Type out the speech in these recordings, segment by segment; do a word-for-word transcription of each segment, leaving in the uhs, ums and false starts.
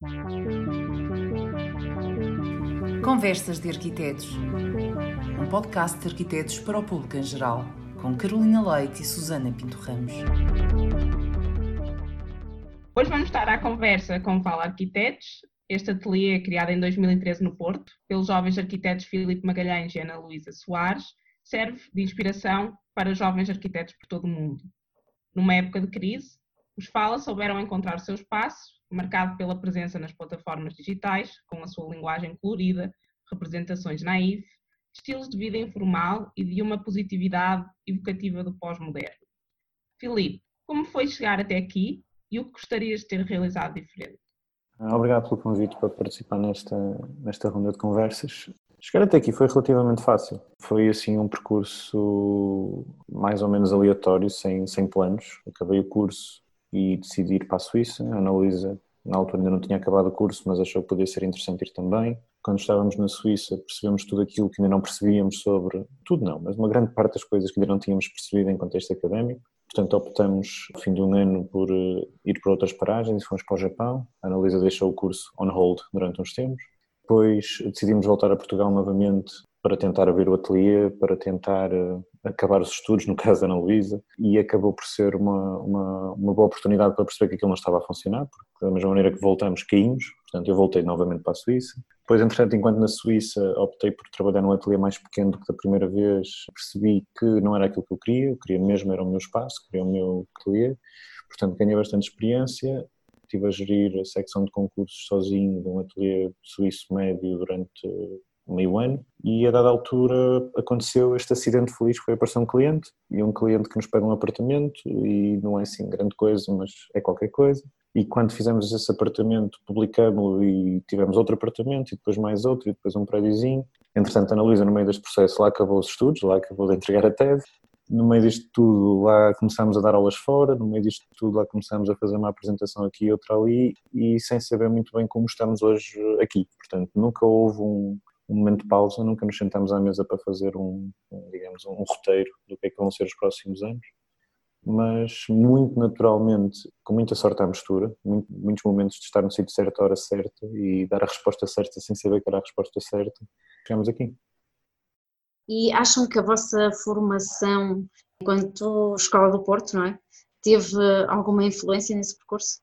Conversas de Arquitetos, um podcast de arquitetos para o público em geral, com Carolina Leite e Susana Pinto Ramos. Hoje vamos estar à conversa com o Fala Arquitetos. Este ateliê, criado em dois mil e treze no Porto, pelos jovens arquitetos Filipe Magalhães e Ana Luísa Soares, serve de inspiração para jovens arquitetos por todo o mundo. Numa época de crise, os Fala souberam encontrar o seu espaço, marcado pela presença nas plataformas digitais, com a sua linguagem colorida, representações naif, estilos de vida informal e de uma positividade evocativa do pós-moderno. Filipe, como foi chegar até aqui e o que gostarias de ter realizado diferente? Obrigado pelo convite para participar nesta, nesta ronda de conversas. Chegar até aqui foi relativamente fácil. Foi assim um percurso mais ou menos aleatório, sem, sem planos. Acabei o curso e decidi ir para a Suíça. A Ana Luísa, na altura, ainda não tinha acabado o curso, mas achou que podia ser interessante ir também. Quando estávamos na Suíça, percebemos tudo aquilo que ainda não percebíamos sobre... Tudo não, mas uma grande parte das coisas que ainda não tínhamos percebido em contexto académico. Portanto, optamos, ao fim de um ano, por ir para outras paragens e fomos para o Japão. A Ana Luísa deixou o curso on hold durante uns tempos. Depois decidimos voltar a Portugal novamente para tentar abrir o ateliê, para tentar acabar os estudos, no caso da Ana Luísa, e acabou por ser uma, uma, uma boa oportunidade para perceber que aquilo não estava a funcionar, porque da mesma maneira que voltamos, caímos. Portanto, eu voltei novamente para a Suíça. Depois, entretanto, enquanto na Suíça, optei por trabalhar num ateliê mais pequeno do que da primeira vez. Percebi que não era aquilo que eu queria, eu queria mesmo, era o meu espaço, queria o meu ateliê. Portanto, ganhei bastante experiência. Estive a gerir a secção de concursos sozinho de um ateliê suíço médio durante meio ano e a dada altura aconteceu este acidente feliz que foi aparecer um cliente e um cliente que nos pede um apartamento e não é assim grande coisa, mas é qualquer coisa. E quando fizemos esse apartamento, publicámos-lo e tivemos outro apartamento e depois mais outro e depois um prédiozinho. Entretanto, a Ana Luísa, no meio deste processo, lá acabou os estudos, lá acabou de entregar a tese. No meio disto tudo, lá começámos a dar aulas fora, no meio disto tudo, lá começámos a fazer uma apresentação aqui e outra ali e sem saber muito bem como estamos hoje aqui. Portanto, nunca houve um, um momento de pausa, nunca nos sentamos à mesa para fazer um, um, digamos, um roteiro do que é que vão ser os próximos anos. Mas muito naturalmente, com muita sorte à mistura, muito, muitos momentos de estar no sítio certo à hora certa e dar a resposta certa sem saber que era a resposta certa, chegamos aqui. E acham que a vossa formação enquanto Escola do Porto, não é? Teve alguma influência nesse percurso?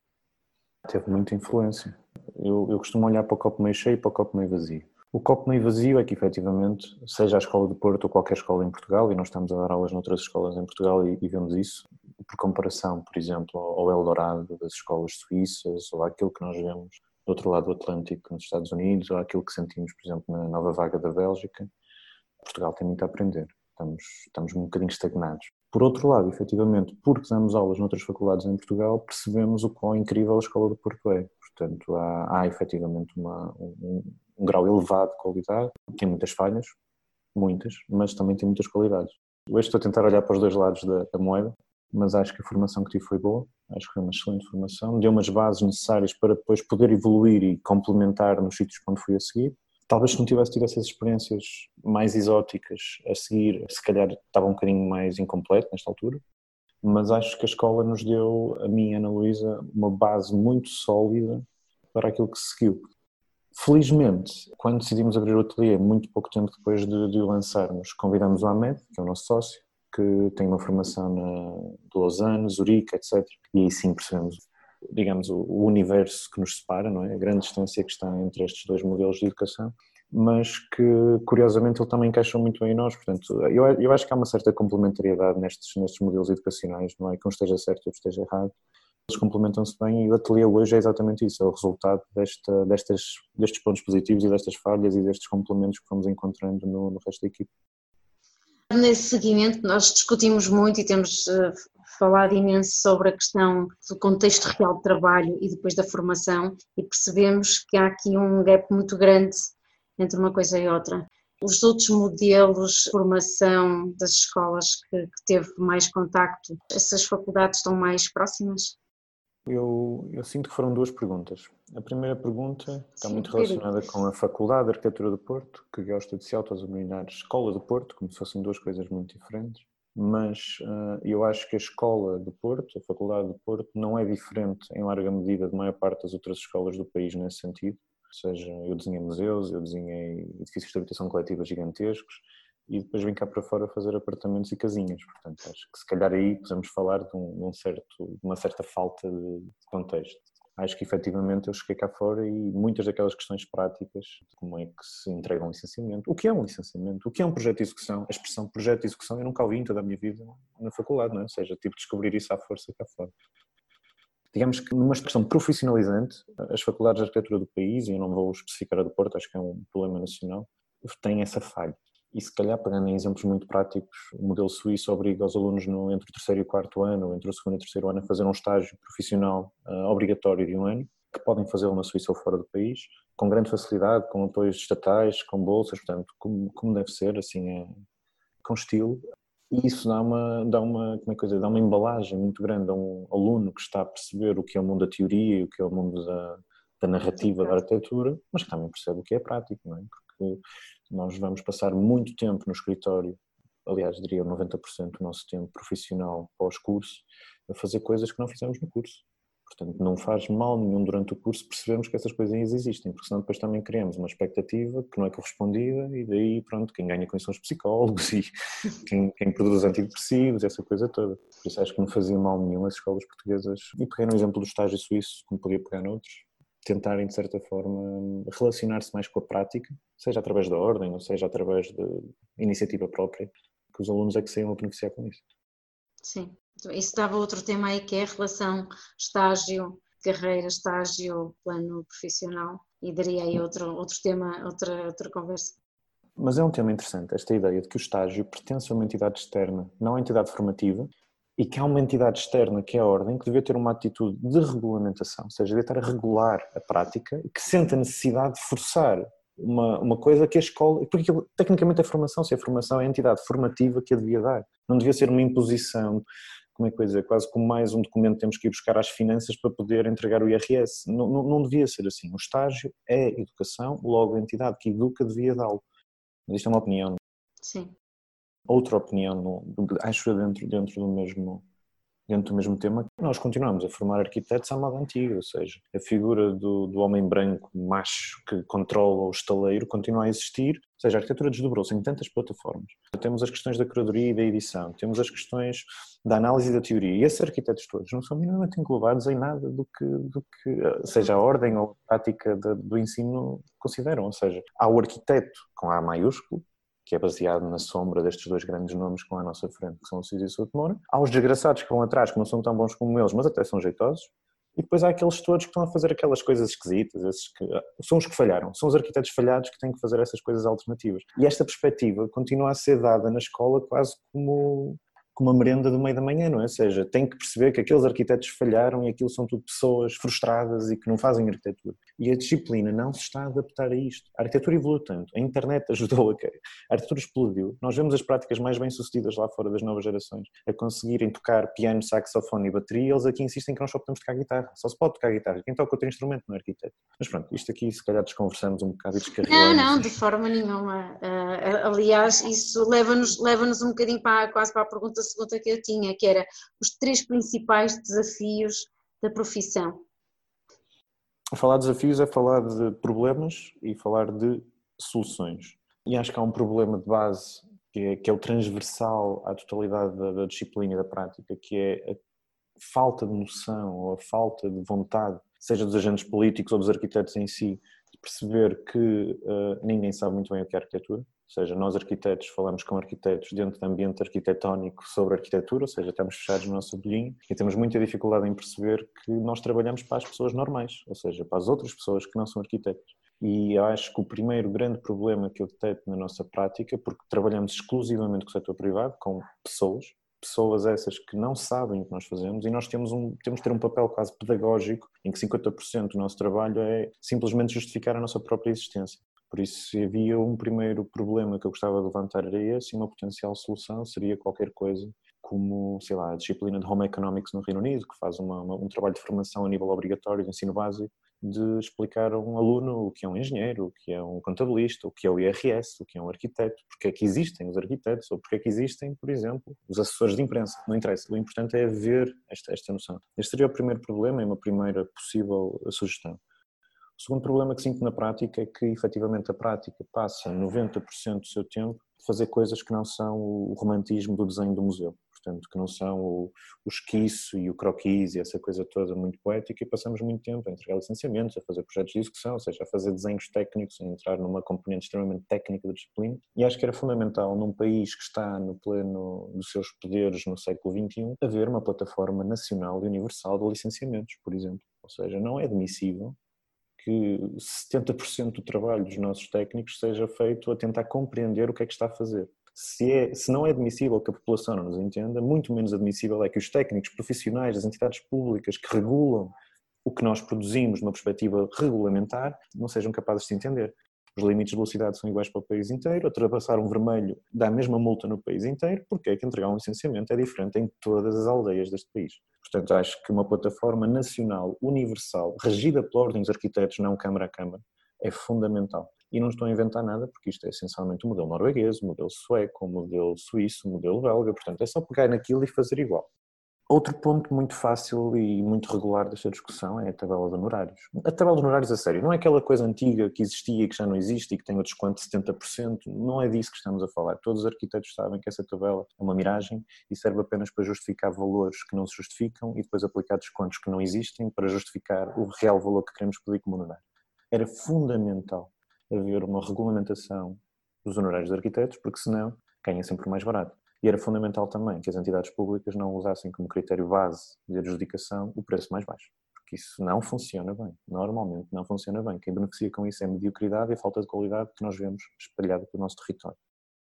Teve muita influência. Eu, eu costumo olhar para o copo meio cheio e para o copo meio vazio. O copo meio vazio é que, efetivamente, seja a Escola do Porto ou qualquer escola em Portugal, e nós estamos a dar aulas noutras escolas em Portugal e, e vemos isso, por comparação, por exemplo, ao Eldorado das escolas suíças ou àquilo que nós vemos do outro lado do Atlântico nos Estados Unidos ou àquilo que sentimos, por exemplo, na nova vaga da Bélgica, Portugal tem muito a aprender. Estamos, estamos um bocadinho estagnados. Por outro lado, efetivamente, porque damos aulas noutras faculdades em Portugal, percebemos o quão incrível a Escola do Porto é. Portanto, há, há efetivamente uma, um, um grau elevado de qualidade. Tem muitas falhas, muitas, mas também tem muitas qualidades. Hoje estou a tentar olhar para os dois lados da, da moeda, mas acho que a formação que tive foi boa, acho que foi uma excelente formação, deu umas bases necessárias para depois poder evoluir e complementar nos sítios onde fui a seguir. Talvez se não tivesse tido essas experiências mais exóticas a seguir, se calhar estava um bocadinho mais incompleto nesta altura, mas acho que a escola nos deu, a mim e a Ana Luísa, uma base muito sólida para aquilo que se seguiu. Felizmente, quando decidimos abrir o ateliê, muito pouco tempo depois de, de o lançarmos, convidamos o Ahmed, que é o nosso sócio, que tem uma formação na, de Lausanne, Zurique, etcétera. E aí sim percebemos, digamos, o, o universo que nos separa, não é? A grande distância que está entre estes dois modelos de educação, mas que, curiosamente, ele também encaixou muito bem em nós. Portanto, eu, eu acho que há uma certa complementariedade nestes, nestes modelos educacionais, não é que um esteja certo e outro esteja errado. Eles complementam-se bem e o ateliê hoje é exatamente isso, é o resultado desta, destas, destes pontos positivos e destas falhas e destes complementos que fomos encontrando no, no resto da equipe. Nesse seguimento nós discutimos muito e temos uh, falado imenso sobre a questão do contexto real de trabalho e depois da formação e percebemos que há aqui um gap muito grande entre uma coisa e outra. Os outros modelos de formação das escolas que, que teve mais contacto, essas faculdades estão mais próximas? Eu, eu sinto que foram duas perguntas. A primeira pergunta está Sim, muito relacionada com a Faculdade de Arquitetura do Porto, que gosta de se autodenominar Escola do Porto, como se fossem duas coisas muito diferentes. mas uh, eu acho que a Escola do Porto, a Faculdade do Porto, não é diferente em larga medida da maior parte das outras escolas do país nesse sentido. Ou seja, eu desenhei museus, eu desenhei edifícios de habitação coletiva gigantescos e depois vim cá para fora fazer apartamentos e casinhas. Portanto, acho que se calhar aí podemos falar de, um, de, um certo, de uma certa falta de, de contexto. Acho que efetivamente eu cheguei cá fora e muitas daquelas questões práticas, de como é que se entrega um licenciamento, o que é um licenciamento, o que é um projeto de execução, a expressão projeto de execução eu nunca ouvi em toda a minha vida na faculdade, não é? Ou seja, tive de descobrir isso à força cá fora. Digamos que numa expressão profissionalizante, as faculdades de arquitetura do país, e eu não vou especificar a do Porto, acho que é um problema nacional, têm essa falha. E se calhar, pegando em exemplos muito práticos, o modelo suíço obriga os alunos no, entre o terceiro e o quarto ano, ou entre o segundo e o terceiro ano, a fazer um estágio profissional uh, obrigatório de um ano, que podem fazê-lo na Suíça ou fora do país, com grande facilidade, com apoios estatais, com bolsas, portanto, como, como deve ser, assim, é, com estilo. E isso dá uma, dá, uma, como é que eu dizer, dá uma embalagem muito grande a um aluno que está a perceber o que é o mundo da teoria e o que é o mundo da, da narrativa da arquitetura, mas que também percebe o que é prático, não é? Porque nós vamos passar muito tempo no escritório, aliás, diria noventa por cento do nosso tempo profissional pós-curso, a fazer coisas que não fizemos no curso. Portanto, não faz mal nenhum durante o curso percebermos que essas coisinhas existem, porque senão depois também criamos uma expectativa que não é correspondida e daí, pronto, quem ganha com isso são os psicólogos e quem, quem produz antidepressivos, essa coisa toda. Por isso acho que não fazia mal nenhum as escolas portuguesas, e peguei no exemplo do estágio suíço, como podia pegar noutros, tentarem, de certa forma, relacionar-se mais com a prática, seja através da ordem, ou seja através de iniciativa própria, que os alunos é que saiam a beneficiar com isso. Sim, isso dava outro tema aí, que é a relação estágio, carreira, estágio, plano profissional, e daria aí outro, outro tema, outra, outra conversa. Mas é um tema interessante, esta ideia de que o estágio pertence a uma entidade externa, não a entidade formativa, e que há uma entidade externa, que é a ordem, que devia ter uma atitude de regulamentação, ou seja, devia estar a regular a prática e que sente a necessidade de forçar uma, uma coisa que a escola... Porque aquilo, tecnicamente, a formação, se a formação é a entidade formativa que a devia dar. Não devia ser uma imposição, como é que eu ia dizer, quase como mais um documento que temos que ir buscar às finanças para poder entregar o I R S. Não, não, não devia ser assim. O estágio é educação, logo a entidade que educa devia dá-lo. Mas isto é uma opinião. Sim. Outra opinião, acho eu, dentro, dentro, do mesmo, dentro do mesmo tema, nós continuamos a formar arquitetos à moda antiga, ou seja, a figura do, do homem branco macho que controla o estaleiro continua a existir, ou seja, a arquitetura desdobrou-se em tantas plataformas. Temos as questões da curadoria e da edição, temos as questões da análise e da teoria, e esses arquitetos todos não são minimamente englobados em nada do que, do que seja a ordem ou a prática de, do ensino consideram, ou seja, há o arquiteto com A maiúsculo, que é baseado na sombra destes dois grandes nomes que estão à nossa frente, que são o Cid e o Souto Moura. Há os desgraçados que vão atrás, que não são tão bons como eles, mas até são jeitosos. E depois há aqueles todos que estão a fazer aquelas coisas esquisitas, esses que são os que falharam, são os arquitetos falhados que têm que fazer essas coisas alternativas. E esta perspectiva continua a ser dada na escola quase como... como uma merenda do meio da manhã, não é? Ou seja, tem que perceber que aqueles arquitetos falharam e aquilo são tudo pessoas frustradas e que não fazem arquitetura. E a disciplina não se está a adaptar a isto. A arquitetura evoluiu tanto, a internet ajudou a que a arquitetura explodiu. Nós vemos as práticas mais bem-sucedidas lá fora das novas gerações a conseguirem tocar piano, saxofone e bateria, eles aqui insistem que nós só podemos tocar guitarra. Só se pode tocar guitarra. Quem toca outro instrumento não é arquiteto. Mas pronto, isto aqui se calhar desconversamos um bocado e descarrilhamos. Não, não, de forma nenhuma. Uh, aliás, isso leva-nos leva-nos um bocadinho para, quase para a pergunta segunda que eu tinha, que era os três principais desafios da profissão. Falar de desafios é falar de problemas e falar de soluções. E acho que há um problema de base que é, que é o transversal à totalidade da, da disciplina e da prática, que é a falta de noção ou a falta de vontade, seja dos agentes políticos ou dos arquitetos em si, de perceber que uh, ninguém sabe muito bem o que é arquitetura. Ou seja, nós arquitetos falamos com arquitetos dentro do ambiente arquitetónico sobre arquitetura, ou seja, estamos fechados no nosso bolhinho e temos muita dificuldade em perceber que nós trabalhamos para as pessoas normais, ou seja, para as outras pessoas que não são arquitetos. E eu acho que o primeiro grande problema que eu deteto na nossa prática, porque trabalhamos exclusivamente com o setor privado, com pessoas, pessoas essas que não sabem o que nós fazemos, e nós temos, um, temos de ter um papel quase pedagógico em que cinquenta por cento do nosso trabalho é simplesmente justificar a nossa própria existência. Por isso, se havia um primeiro problema que eu gostava de levantar era esse, e uma potencial solução seria qualquer coisa como, sei lá, a disciplina de Home Economics no Reino Unido, que faz uma, uma, um trabalho de formação a nível obrigatório de ensino básico, de explicar a um aluno o que é um engenheiro, o que é um contabilista, o que é o I R S, o que é um arquiteto, porque é que existem os arquitetos, ou porque é que existem, por exemplo, os assessores de imprensa. Não interessa, o importante é haver esta, esta noção. Este seria o primeiro problema e uma primeira possível sugestão. O segundo problema que sinto na prática é que, efetivamente, a prática passa noventa por cento do seu tempo a fazer coisas que não são o romantismo do desenho do museu. Portanto, que não são o, o esquiço e o croquis e essa coisa toda muito poética, e passamos muito tempo a entregar licenciamentos, a fazer projetos de execução, ou seja, a fazer desenhos técnicos, a entrar numa componente extremamente técnica da disciplina. E acho que era fundamental, num país que está no pleno dos seus poderes no século vinte e um, haver uma plataforma nacional e universal de licenciamentos, por exemplo. Ou seja, não é admissível que setenta por cento do trabalho dos nossos técnicos seja feito a tentar compreender o que é que está a fazer. Se, é, se não é admissível que a população não nos entenda, muito menos admissível é que os técnicos profissionais das entidades públicas que regulam o que nós produzimos numa perspectiva regulamentar não sejam capazes de se entender. Os limites de velocidade são iguais para o país inteiro, ultrapassar um vermelho dá a mesma multa no país inteiro, porque é que entregar um licenciamento é diferente em todas as aldeias deste país. Portanto, acho que uma plataforma nacional, universal, regida pela Ordem dos Arquitetos, não Câmara a Câmara, é fundamental. E não estou a inventar nada, porque isto é essencialmente o modelo norueguês, o modelo sueco, o modelo suíço, o modelo belga, portanto é só pegar naquilo e fazer igual. Outro ponto muito fácil e muito regular desta discussão é a tabela de honorários. A tabela de honorários, a sério, não é aquela coisa antiga que existia e que já não existe e que tem o desconto de setenta por cento, não é disso que estamos a falar. Todos os arquitetos sabem que essa tabela é uma miragem e serve apenas para justificar valores que não se justificam e depois aplicar descontos que não existem para justificar o real valor que queremos pedir como honorário. Era fundamental haver uma regulamentação dos honorários de arquitetos, porque senão ganha sempre mais barato. E era fundamental também que as entidades públicas não usassem como critério base de adjudicação o preço mais baixo, porque isso não funciona bem, normalmente não funciona bem. Quem beneficia com isso é a mediocridade e a falta de qualidade que nós vemos espalhada pelo nosso território.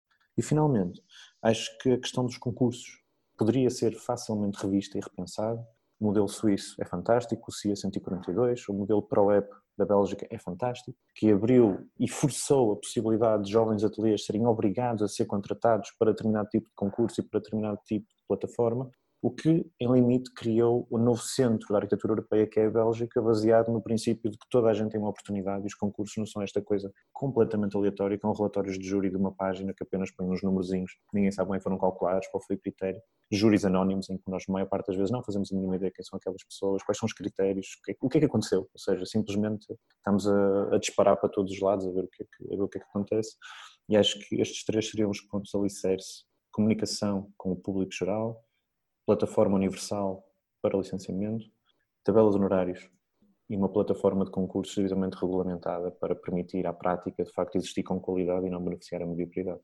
E finalmente, acho que a questão dos concursos poderia ser facilmente revista e repensada. O modelo suíço é fantástico, o C I A cento e quarenta e dois, o modelo ProEP da Bélgica é fantástico, que abriu e forçou a possibilidade de jovens ateliês serem obrigados a ser contratados para determinado tipo de concurso e para determinado tipo de plataforma, o que, em limite, criou o novo centro da arquitetura europeia, que é a Bélgica, baseado no princípio de que toda a gente tem uma oportunidade e os concursos não são esta coisa completamente aleatória, com relatórios de júri de uma página que apenas põem uns numerozinhos, ninguém sabe bem foram calculados, qual foi o critério. Júris anónimos, em que nós, a maior parte das vezes, não fazemos a mínima ideia quem são aquelas pessoas, quais são os critérios, o que é, o que, é que aconteceu, ou seja, simplesmente estamos a, a disparar para todos os lados a ver o que, é que, a ver o que é que acontece, e acho que estes três seriam os pontos alicerce: comunicação com o público geral, plataforma universal para licenciamento, tabela de honorários e uma plataforma de concursos devidamente regulamentada para permitir à prática, de facto, existir com qualidade e não beneficiar a mediocridade.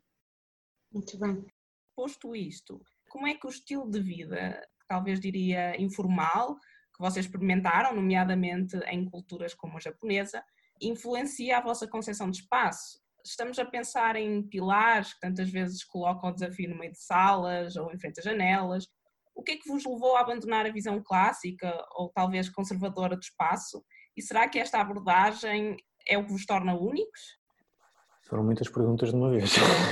Muito bem. Posto isto, como é que o estilo de vida, talvez diria informal, que vocês experimentaram, nomeadamente em culturas como a japonesa, influencia a vossa concepção de espaço? Estamos a pensar em pilares que tantas vezes colocam o desafio no meio de salas ou em frente a janelas. O que é que vos levou a abandonar a visão clássica ou talvez conservadora do espaço? E será que esta abordagem é o que vos torna únicos? Foram muitas perguntas de uma vez.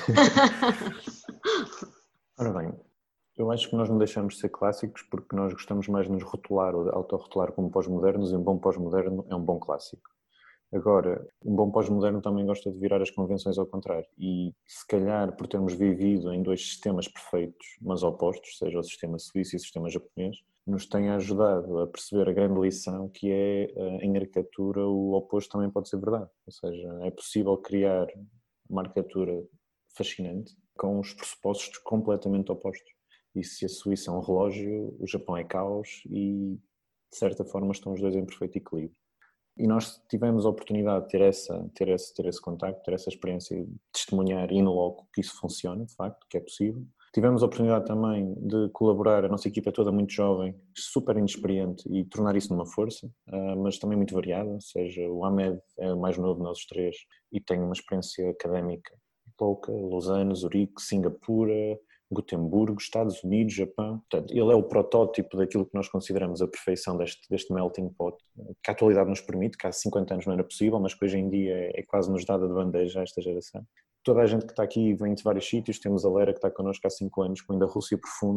Ora bem, eu acho que nós não deixamos de ser clássicos porque nós gostamos mais de nos rotular ou de autorrotular como pós-modernos, e um bom pós-moderno é um bom clássico. Agora, um bom pós-moderno também gosta de virar as convenções ao contrário e, se calhar, por termos vivido em dois sistemas perfeitos, mas opostos, seja o sistema suíço e o sistema japonês, nos tem ajudado a perceber a grande lição que é, em arquitetura, o oposto também pode ser verdade. Ou seja, é possível criar uma arquitetura fascinante com os pressupostos completamente opostos. E se a Suíça é um relógio, o Japão é caos e, de certa forma, estão os dois em perfeito equilíbrio. E nós tivemos a oportunidade de ter, essa, ter, esse, ter esse contacto, ter essa experiência de testemunhar in loco que isso funciona, de facto, que é possível. Tivemos a oportunidade também de colaborar, a nossa equipa é toda muito jovem, super inexperiente, e tornar isso numa força, mas também muito variada, ou seja, o Ahmed é o mais novo de nós três e tem uma experiência académica pouca, Lausanne, Zurique, Singapura, Gotemburgo, Estados Unidos, Japão. Portanto, ele é o protótipo daquilo que nós consideramos a perfeição deste, deste melting pot, que a atualidade nos permite, que há cinquenta anos não era possível, mas que hoje em dia é, é quase nos dada de bandeja a esta geração. Toda a gente que está aqui vem de vários sítios, temos a Lera que está connosco há cinco anos, com ainda a Rússia profunda,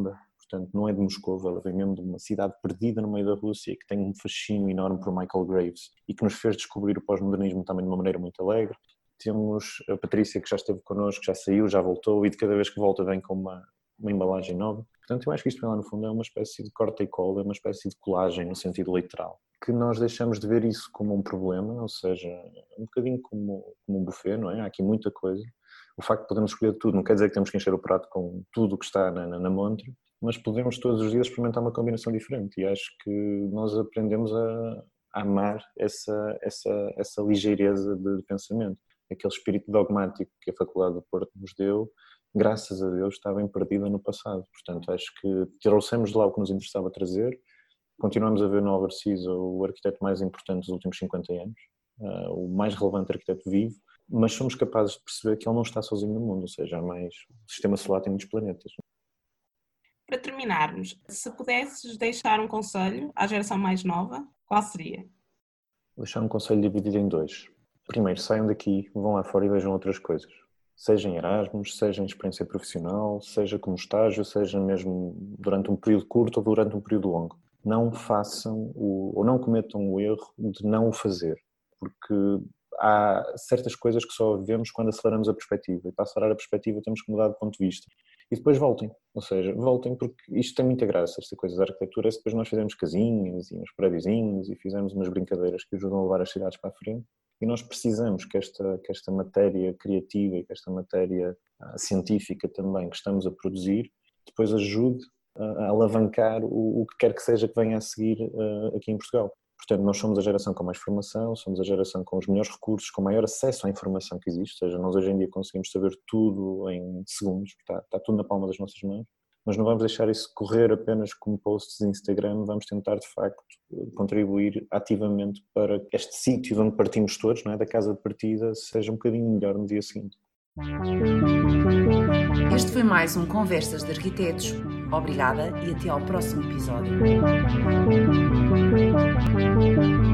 portanto não é de Moscou, ela vem mesmo de uma cidade perdida no meio da Rússia que tem um fascínio enorme por Michael Graves e que nos fez descobrir o pós-modernismo também de uma maneira muito alegre. Temos a Patrícia, que já esteve connosco, já saiu, já voltou e de cada vez que volta vem com uma, uma embalagem nova. Portanto, eu acho que isto lá no fundo é uma espécie de corta e cola, é uma espécie de colagem no sentido literal. Que nós deixamos de ver isso como um problema, ou seja, um bocadinho como, como um buffet, não é? Há aqui muita coisa. O facto de podermos escolher tudo não quer dizer que temos que encher o prato com tudo o que está na, na, na montra, mas podemos todos os dias experimentar uma combinação diferente e acho que nós aprendemos a, a amar essa, essa, essa ligeireza de pensamento. Aquele espírito dogmático que a Faculdade do Porto nos deu, graças a Deus, está bem perdida no passado. Portanto, acho que trouxemos de lá o que nos interessava trazer, continuamos a ver no Álvaro Siza o arquiteto mais importante dos últimos cinquenta anos, uh, o mais relevante arquiteto vivo, mas somos capazes de perceber que ele não está sozinho no mundo, ou seja, há mais, o sistema solar tem muitos planetas. Para terminarmos, se pudesses deixar um conselho à geração mais nova, qual seria? Vou deixar um conselho dividido em dois. Primeiro, saiam daqui, vão lá fora e vejam outras coisas. Seja em Erasmus, seja em experiência profissional, seja como estágio, seja mesmo durante um período curto ou durante um período longo. Não façam o, ou não cometam o erro de não o fazer, porque há certas coisas que só vemos quando aceleramos a perspectiva e para acelerar a perspectiva temos que mudar de ponto de vista. E depois voltem, ou seja, voltem porque isto tem muita graça, esta coisa da arquitetura, se depois nós fizemos casinhas e uns prédiozinhos e fizemos umas brincadeiras que ajudam a levar as cidades para a frente. E nós precisamos que esta, que esta matéria criativa e que esta matéria uh, científica também que estamos a produzir depois ajude uh, a alavancar o, o que quer que seja que venha a seguir uh, aqui em Portugal. Portanto, nós somos a geração com mais formação, somos a geração com os melhores recursos, com maior acesso à informação que existe, ou seja, nós hoje em dia conseguimos saber tudo em segundos, está, está tudo na palma das nossas mãos. Mas não vamos deixar isso correr apenas como posts de Instagram, vamos tentar de facto contribuir ativamente para que este sítio de onde partimos todos, não é, da casa de partida, seja um bocadinho melhor no dia seguinte. Este foi mais um Conversas de Arquitetos. Obrigada e até ao próximo episódio.